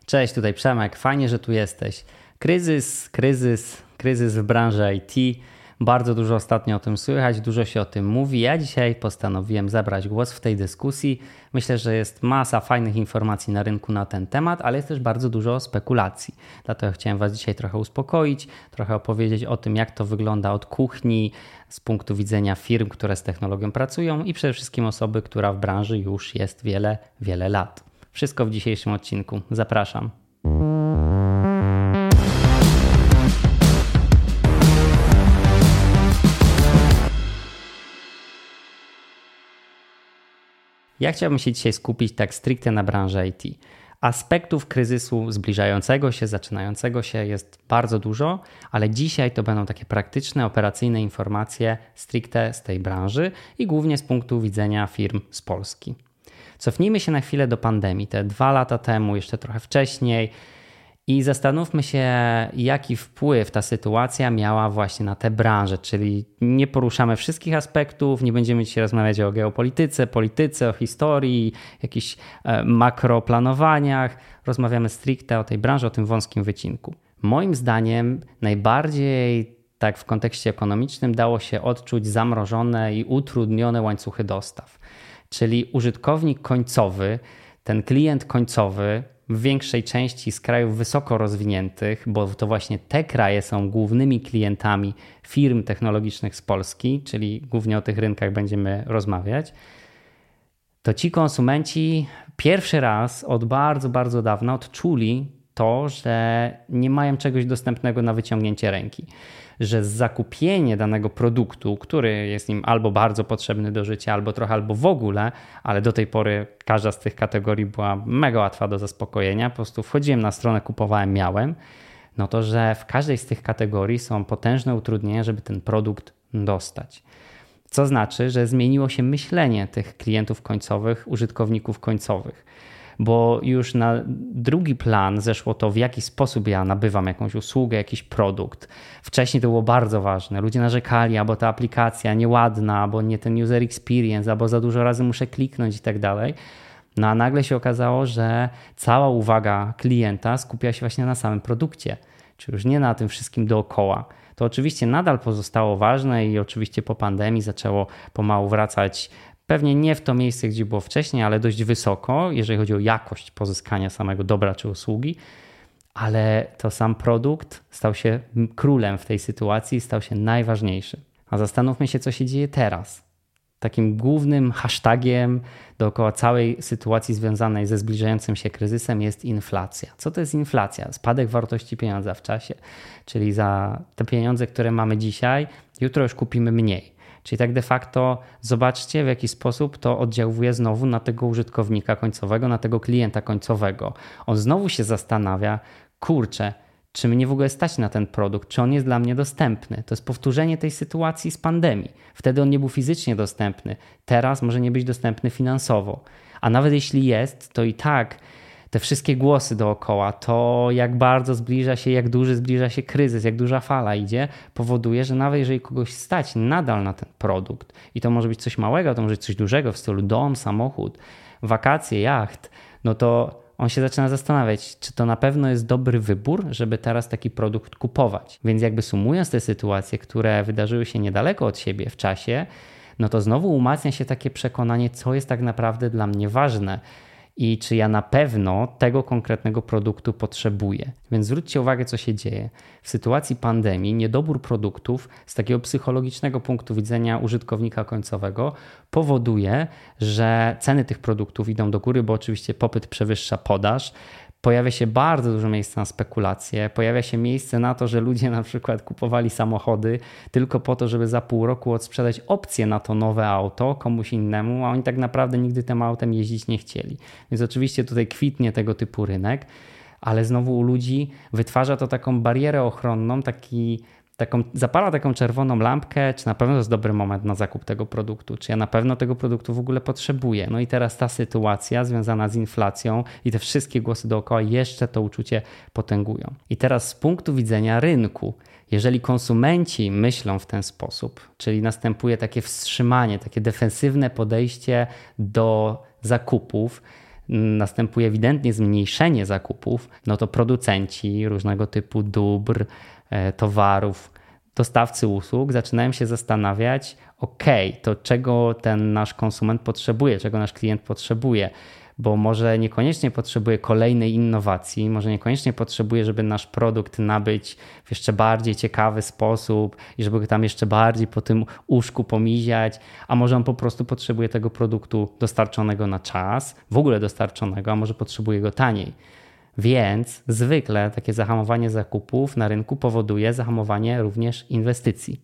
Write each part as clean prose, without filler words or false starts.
Cześć, tutaj Przemek. Fajnie, że tu jesteś. Kryzys w branży IT. Bardzo dużo ostatnio o tym słychać, dużo się o tym mówi. Ja dzisiaj postanowiłem zabrać głos w tej dyskusji. Myślę, że jest masa fajnych informacji na rynku na ten temat, ale jest też bardzo dużo spekulacji. Dlatego chciałem Was dzisiaj trochę uspokoić, trochę opowiedzieć o tym, jak to wygląda od kuchni, z punktu widzenia firm, które z technologią pracują i przede wszystkim osoby, która w branży już jest wiele, wiele lat. Wszystko w dzisiejszym odcinku. Zapraszam. Ja chciałbym się dzisiaj skupić tak stricte na branży IT. Aspektów kryzysu zbliżającego się, zaczynającego się jest bardzo dużo, ale dzisiaj to będą takie praktyczne, operacyjne informacje stricte z tej branży i głównie z punktu widzenia firm z Polski. Cofnijmy się na chwilę do pandemii, te 2 lata temu, jeszcze trochę wcześniej i zastanówmy się, jaki wpływ ta sytuacja miała właśnie na tę branżę, czyli nie poruszamy wszystkich aspektów, nie będziemy dzisiaj rozmawiać o geopolityce, polityce, o historii, jakichś makroplanowaniach, rozmawiamy stricte o tej branży, o tym wąskim wycinku. Moim zdaniem najbardziej tak w kontekście ekonomicznym dało się odczuć zamrożone i utrudnione łańcuchy dostaw. Czyli użytkownik końcowy, ten klient końcowy w większej części z krajów wysoko rozwiniętych, bo to właśnie te kraje są głównymi klientami firm technologicznych z Polski, czyli głównie o tych rynkach będziemy rozmawiać, to ci konsumenci pierwszy raz od bardzo, bardzo dawna odczuli to, że nie mają czegoś dostępnego na wyciągnięcie ręki. Że zakupienie danego produktu, który jest im albo bardzo potrzebny do życia, albo w ogóle, ale do tej pory każda z tych kategorii była mega łatwa do zaspokojenia, po prostu wchodziłem na stronę, kupowałem, miałem, no to że w każdej z tych kategorii są potężne utrudnienia, żeby ten produkt dostać. Co znaczy, że zmieniło się myślenie tych klientów końcowych, użytkowników końcowych. Bo już na drugi plan zeszło to, w jaki sposób ja nabywam jakąś usługę, jakiś produkt. Wcześniej to było bardzo ważne. Ludzie narzekali, albo ta aplikacja nieładna, albo nie ten user experience, albo za dużo razy muszę kliknąć i tak dalej. No a nagle się okazało, że cała uwaga klienta skupia się właśnie na samym produkcie, czy już nie na tym wszystkim dookoła. To oczywiście nadal pozostało ważne i oczywiście po pandemii zaczęło pomału wracać pewnie nie w to miejsce, gdzie było wcześniej, ale dość wysoko, jeżeli chodzi o jakość pozyskania samego dobra czy usługi, ale to sam produkt stał się królem w tej sytuacji, stał się najważniejszy. A zastanówmy się, co się dzieje teraz. Takim głównym hashtagiem dookoła całej sytuacji związanej ze zbliżającym się kryzysem jest inflacja. Co to jest inflacja? Spadek wartości pieniądza w czasie, czyli za te pieniądze, które mamy dzisiaj, jutro już kupimy mniej. Czyli tak de facto zobaczcie, w jaki sposób to oddziałuje znowu na tego użytkownika końcowego, na tego klienta końcowego. On znowu się zastanawia, kurczę, czy mnie w ogóle stać na ten produkt, czy on jest dla mnie dostępny. To jest powtórzenie tej sytuacji z pandemii. Wtedy on nie był fizycznie dostępny, teraz może nie być dostępny finansowo. A nawet jeśli jest, to i tak te wszystkie głosy dookoła, to jak bardzo zbliża się, jak duży zbliża się kryzys, jak duża fala idzie, powoduje, że nawet jeżeli kogoś stać nadal na ten produkt i to może być coś małego, to może być coś dużego w stylu dom, samochód, wakacje, jacht, no to on się zaczyna zastanawiać, czy to na pewno jest dobry wybór, żeby teraz taki produkt kupować. Więc jakby sumując te sytuacje, które wydarzyły się niedaleko od siebie w czasie, no to znowu umacnia się takie przekonanie, co jest tak naprawdę dla mnie ważne. I czy ja na pewno tego konkretnego produktu potrzebuję. Więc zwróćcie uwagę, co się dzieje. W sytuacji pandemii niedobór produktów z takiego psychologicznego punktu widzenia użytkownika końcowego powoduje, że ceny tych produktów idą do góry, bo oczywiście popyt przewyższa podaż. Pojawia się bardzo dużo miejsca na spekulacje, pojawia się miejsce na to, że ludzie na przykład kupowali samochody tylko po to, żeby za pół roku odsprzedać opcję na to nowe auto komuś innemu, a oni tak naprawdę nigdy tym autem jeździć nie chcieli. Więc oczywiście tutaj kwitnie tego typu rynek, ale znowu u ludzi wytwarza to taką barierę ochronną, zapala taką czerwoną lampkę, czy na pewno to jest dobry moment na zakup tego produktu, czy ja na pewno tego produktu w ogóle potrzebuję. No i teraz ta sytuacja związana z inflacją i te wszystkie głosy dookoła jeszcze to uczucie potęgują. I teraz z punktu widzenia rynku, jeżeli konsumenci myślą w ten sposób, czyli następuje takie wstrzymanie, takie defensywne podejście do zakupów, następuje ewidentnie zmniejszenie zakupów, no to producenci różnego typu dóbr, towarów, dostawcy usług zaczynają się zastanawiać, to czego ten nasz konsument potrzebuje, czego nasz klient potrzebuje, bo może niekoniecznie potrzebuje kolejnej innowacji, może niekoniecznie potrzebuje, żeby nasz produkt nabyć w jeszcze bardziej ciekawy sposób i żeby go tam jeszcze bardziej po tym uszku pomiziać, a może on po prostu potrzebuje tego produktu dostarczonego na czas, w ogóle dostarczonego, a może potrzebuje go taniej. Więc zwykle takie zahamowanie zakupów na rynku powoduje zahamowanie również inwestycji.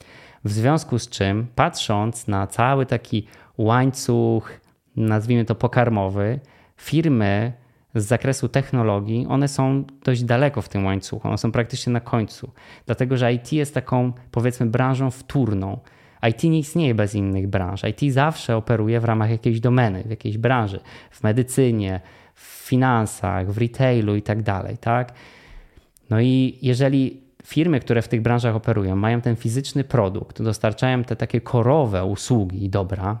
W związku z czym, patrząc na cały taki łańcuch, nazwijmy to pokarmowy, firmy z zakresu technologii, one są dość daleko w tym łańcuchu, one są praktycznie na końcu, dlatego że IT jest taką, powiedzmy, branżą wtórną. IT nie istnieje bez innych branż. IT zawsze operuje w ramach jakiejś domeny, w jakiejś branży, w medycynie, w finansach, w retailu i tak dalej, tak? No i jeżeli firmy, które w tych branżach operują, mają ten fizyczny produkt, dostarczają te takie korowe usługi i dobra,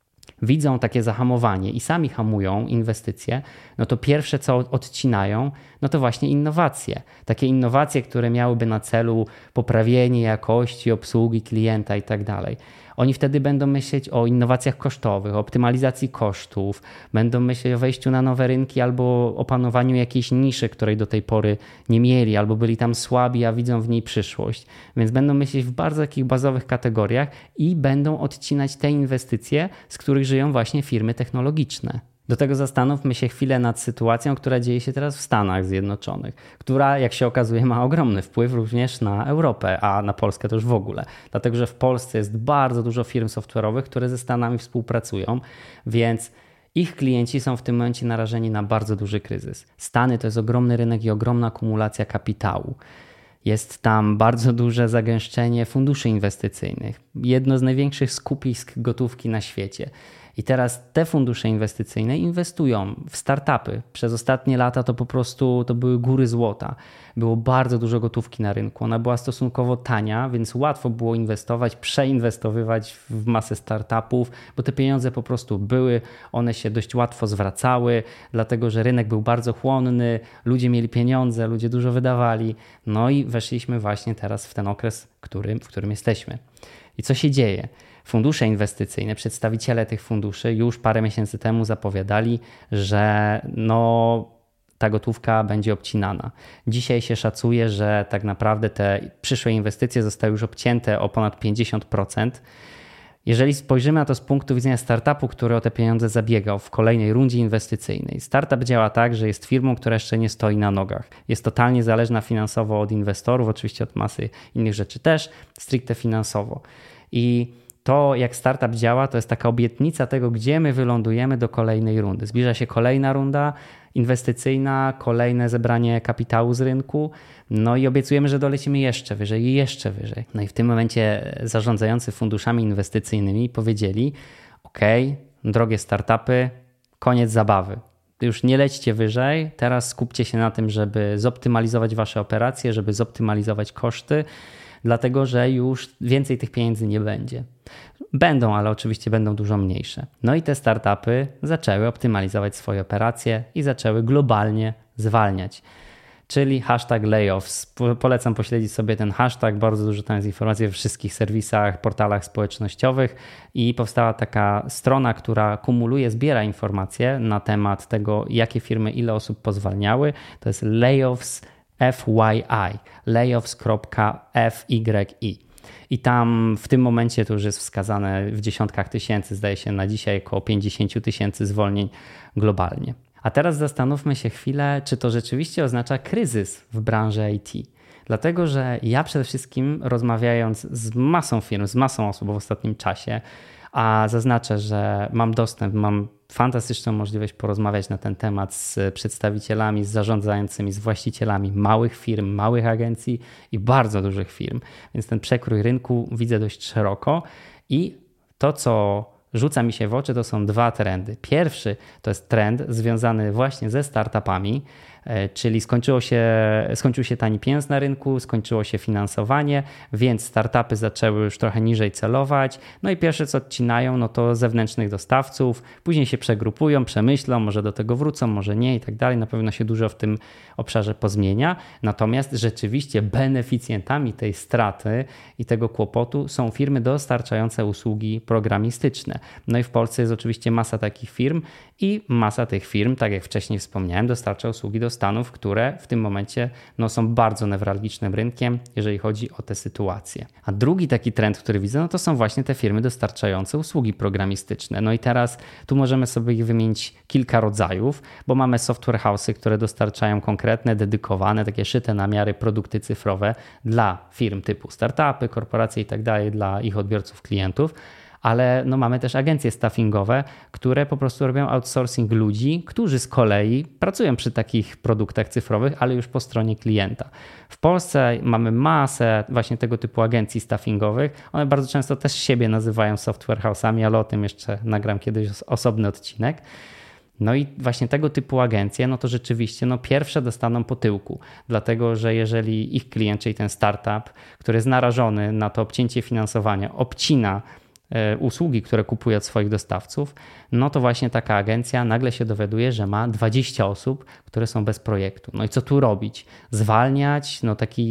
widzą takie zahamowanie i sami hamują inwestycje, no to pierwsze co odcinają, no to właśnie innowacje. Takie innowacje, które miałyby na celu poprawienie jakości obsługi klienta i tak dalej. Oni wtedy będą myśleć o innowacjach kosztowych, o optymalizacji kosztów, będą myśleć o wejściu na nowe rynki albo opanowaniu jakiejś niszy, której do tej pory nie mieli, albo byli tam słabi, a widzą w niej przyszłość. Więc będą myśleć w bardzo takich bazowych kategoriach i będą odcinać te inwestycje, z których żyją właśnie firmy technologiczne. Do tego zastanówmy się chwilę nad sytuacją, która dzieje się teraz w Stanach Zjednoczonych, która, jak się okazuje, ma ogromny wpływ również na Europę, a na Polskę to już w ogóle. Dlatego, że w Polsce jest bardzo dużo firm software'owych, które ze Stanami współpracują, więc ich klienci są w tym momencie narażeni na bardzo duży kryzys. Stany to jest ogromny rynek i ogromna akumulacja kapitału. Jest tam bardzo duże zagęszczenie funduszy inwestycyjnych. Jedno z największych skupisk gotówki na świecie. I teraz te fundusze inwestycyjne inwestują w startupy. Przez ostatnie lata to po prostu to były góry złota. Było bardzo dużo gotówki na rynku. Ona była stosunkowo tania, więc łatwo było inwestować, przeinwestowywać w masę startupów, bo te pieniądze po prostu były, one się dość łatwo zwracały, dlatego że rynek był bardzo chłonny, ludzie mieli pieniądze, ludzie dużo wydawali. No i weszliśmy właśnie teraz w ten okres, w którym jesteśmy. I co się dzieje? Fundusze inwestycyjne, przedstawiciele tych funduszy już parę miesięcy temu zapowiadali, że ta gotówka będzie obcinana. Dzisiaj się szacuje, że tak naprawdę te przyszłe inwestycje zostały już obcięte o ponad 50%. Jeżeli spojrzymy na to z punktu widzenia startupu, który o te pieniądze zabiegał w kolejnej rundzie inwestycyjnej. Startup działa tak, że jest firmą, która jeszcze nie stoi na nogach. Jest totalnie zależna finansowo od inwestorów, oczywiście od masy innych rzeczy też, stricte finansowo. I to, jak startup działa, to jest taka obietnica tego, gdzie my wylądujemy do kolejnej rundy. Zbliża się kolejna runda inwestycyjna, kolejne zebranie kapitału z rynku, no i obiecujemy, że dolecimy jeszcze wyżej i jeszcze wyżej. No i w tym momencie zarządzający funduszami inwestycyjnymi powiedzieli: drogie startupy, koniec zabawy. Już nie lećcie wyżej, teraz skupcie się na tym, żeby zoptymalizować wasze operacje, żeby zoptymalizować koszty, dlatego że już więcej tych pieniędzy nie będzie. Będą, ale oczywiście będą dużo mniejsze. No i te startupy zaczęły optymalizować swoje operacje i zaczęły globalnie zwalniać. Czyli #layoffs. Polecam pośledzić sobie ten hashtag, bardzo dużo tam jest informacji we wszystkich serwisach, portalach społecznościowych i powstała taka strona, która kumuluje, zbiera informacje na temat tego, jakie firmy, ile osób pozwalniały. To jest layoffs FYI, layoffs.fyi. I tam w tym momencie to już jest wskazane w dziesiątkach tysięcy, zdaje się na dzisiaj około 50 tysięcy zwolnień globalnie. A teraz zastanówmy się chwilę, czy to rzeczywiście oznacza kryzys w branży IT. Dlatego, że ja przede wszystkim rozmawiając z masą firm, z masą osób w ostatnim czasie, a zaznaczę, że mam dostęp, mam fantastyczną możliwość porozmawiać na ten temat z przedstawicielami, z zarządzającymi, z właścicielami małych firm, małych agencji i bardzo dużych firm. Więc ten przekrój rynku widzę dość szeroko i to, co rzuca mi się w oczy, to są dwa trendy. Pierwszy to jest trend związany właśnie ze startupami, Czyli skończył się tani pieniądz na rynku, skończyło się finansowanie, więc startupy zaczęły już trochę niżej celować. No i pierwsze co odcinają, no to zewnętrznych dostawców, później się przegrupują, przemyślą, może do tego wrócą, może nie i tak dalej. Na pewno się dużo w tym obszarze pozmienia. Natomiast rzeczywiście beneficjentami tej straty i tego kłopotu są firmy dostarczające usługi programistyczne. No i w Polsce jest oczywiście masa takich firm i masa tych firm, tak jak wcześniej wspomniałem, dostarcza usługi do Stanów, które w tym momencie są bardzo newralgicznym rynkiem, jeżeli chodzi o te sytuacje. A drugi taki trend, który widzę, no to są właśnie te firmy dostarczające usługi programistyczne. No i teraz tu możemy sobie ich wymienić kilka rodzajów, bo mamy software house'y, które dostarczają konkretne, dedykowane, takie szyte na miary produkty cyfrowe dla firm typu startupy, korporacje i tak dalej, dla ich odbiorców, klientów. Ale mamy też agencje staffingowe, które po prostu robią outsourcing ludzi, którzy z kolei pracują przy takich produktach cyfrowych, ale już po stronie klienta. W Polsce mamy masę właśnie tego typu agencji staffingowych. One bardzo często też siebie nazywają software house'ami, ale o tym jeszcze nagram kiedyś osobny odcinek. No i właśnie tego typu agencje, no to rzeczywiście pierwsze dostaną po tyłku, dlatego że jeżeli ich klient, czyli ten startup, który jest narażony na to obcięcie finansowania, obcina usługi, które kupuje od swoich dostawców, no to właśnie taka agencja nagle się dowiaduje, że ma 20 osób, które są bez projektu. No i co tu robić? Zwalniać taki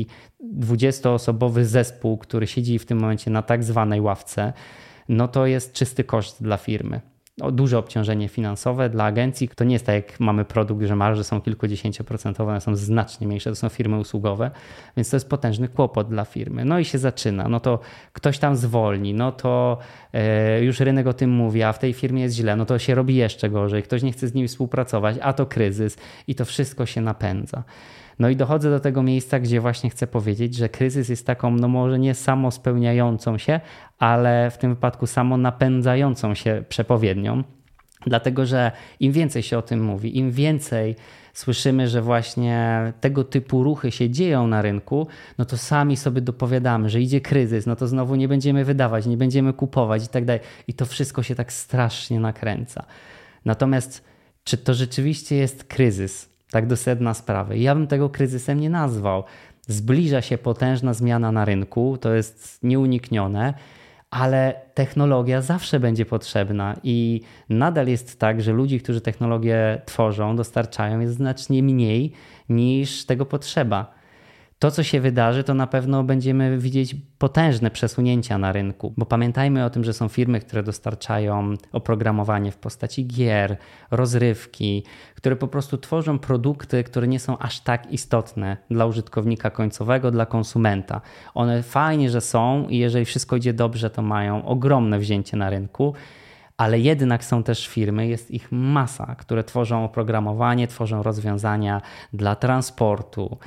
20-osobowy zespół, który siedzi w tym momencie na tak zwanej ławce, no to jest czysty koszt dla firmy. Duże obciążenie finansowe dla agencji. To nie jest tak, jak mamy produkt, że marże są kilkudziesięcioprocentowe, one są znacznie mniejsze, to są firmy usługowe, więc to jest potężny kłopot dla firmy. No i się zaczyna, no to ktoś tam zwolni, no to już rynek o tym mówi, a w tej firmie jest źle, no to się robi jeszcze gorzej, ktoś nie chce z nimi współpracować, a to kryzys i to wszystko się napędza. No i dochodzę do tego miejsca, gdzie właśnie chcę powiedzieć, że kryzys jest taką, może nie samospełniającą się, ale w tym wypadku samonapędzającą się przepowiednią. Dlatego, że im więcej się o tym mówi, im więcej słyszymy, że właśnie tego typu ruchy się dzieją na rynku, no to sami sobie dopowiadamy, że idzie kryzys, no to znowu nie będziemy wydawać, nie będziemy kupować i tak dalej. I to wszystko się tak strasznie nakręca. Natomiast czy to rzeczywiście jest kryzys? Tak do sedna sprawy. Ja bym tego kryzysem nie nazwał. Zbliża się potężna zmiana na rynku, to jest nieuniknione, ale technologia zawsze będzie potrzebna i nadal jest tak, że ludzi, którzy technologię tworzą, dostarczają, jest znacznie mniej niż tego potrzeba. To, co się wydarzy, to na pewno będziemy widzieć potężne przesunięcia na rynku, bo pamiętajmy o tym, że są firmy, które dostarczają oprogramowanie w postaci gier, rozrywki, które po prostu tworzą produkty, które nie są aż tak istotne dla użytkownika końcowego, dla konsumenta. One fajnie, że są i jeżeli wszystko idzie dobrze, to mają ogromne wzięcie na rynku. Ale jednak są też firmy, jest ich masa, które tworzą oprogramowanie, tworzą rozwiązania dla transportu,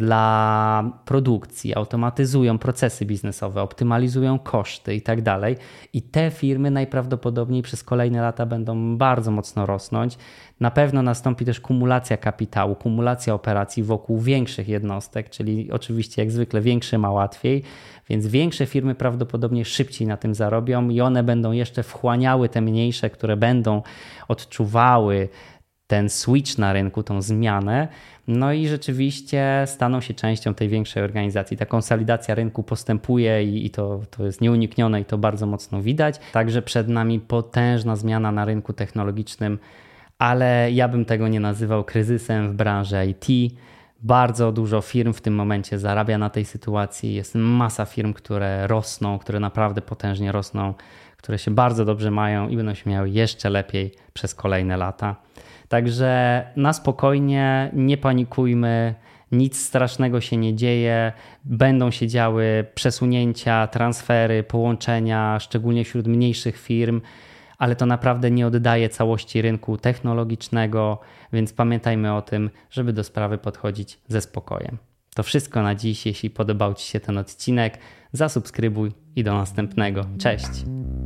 dla produkcji, automatyzują procesy biznesowe, optymalizują koszty i tak dalej. I te firmy najprawdopodobniej przez kolejne lata będą bardzo mocno rosnąć. Na pewno nastąpi też kumulacja kapitału, kumulacja operacji wokół większych jednostek, czyli oczywiście jak zwykle większy ma łatwiej, więc większe firmy prawdopodobnie szybciej na tym zarobią i one będą jeszcze wchłaniały te mniejsze, które będą odczuwały ten switch na rynku, tą zmianę, no i rzeczywiście staną się częścią tej większej organizacji. Ta konsolidacja rynku postępuje i to jest nieuniknione i to bardzo mocno widać. Także przed nami potężna zmiana na rynku technologicznym, ale ja bym tego nie nazywał kryzysem w branży IT. Bardzo dużo firm w tym momencie zarabia na tej sytuacji. Jest masa firm, które rosną, które naprawdę potężnie rosną, które się bardzo dobrze mają i będą się miały jeszcze lepiej przez kolejne lata. Także na spokojnie, nie panikujmy, nic strasznego się nie dzieje. Będą się działy przesunięcia, transfery, połączenia, szczególnie wśród mniejszych firm, ale to naprawdę nie oddaje całości rynku technologicznego, więc pamiętajmy o tym, żeby do sprawy podchodzić ze spokojem. To wszystko na dziś. Jeśli podobał Ci się ten odcinek, zasubskrybuj i do następnego. Cześć!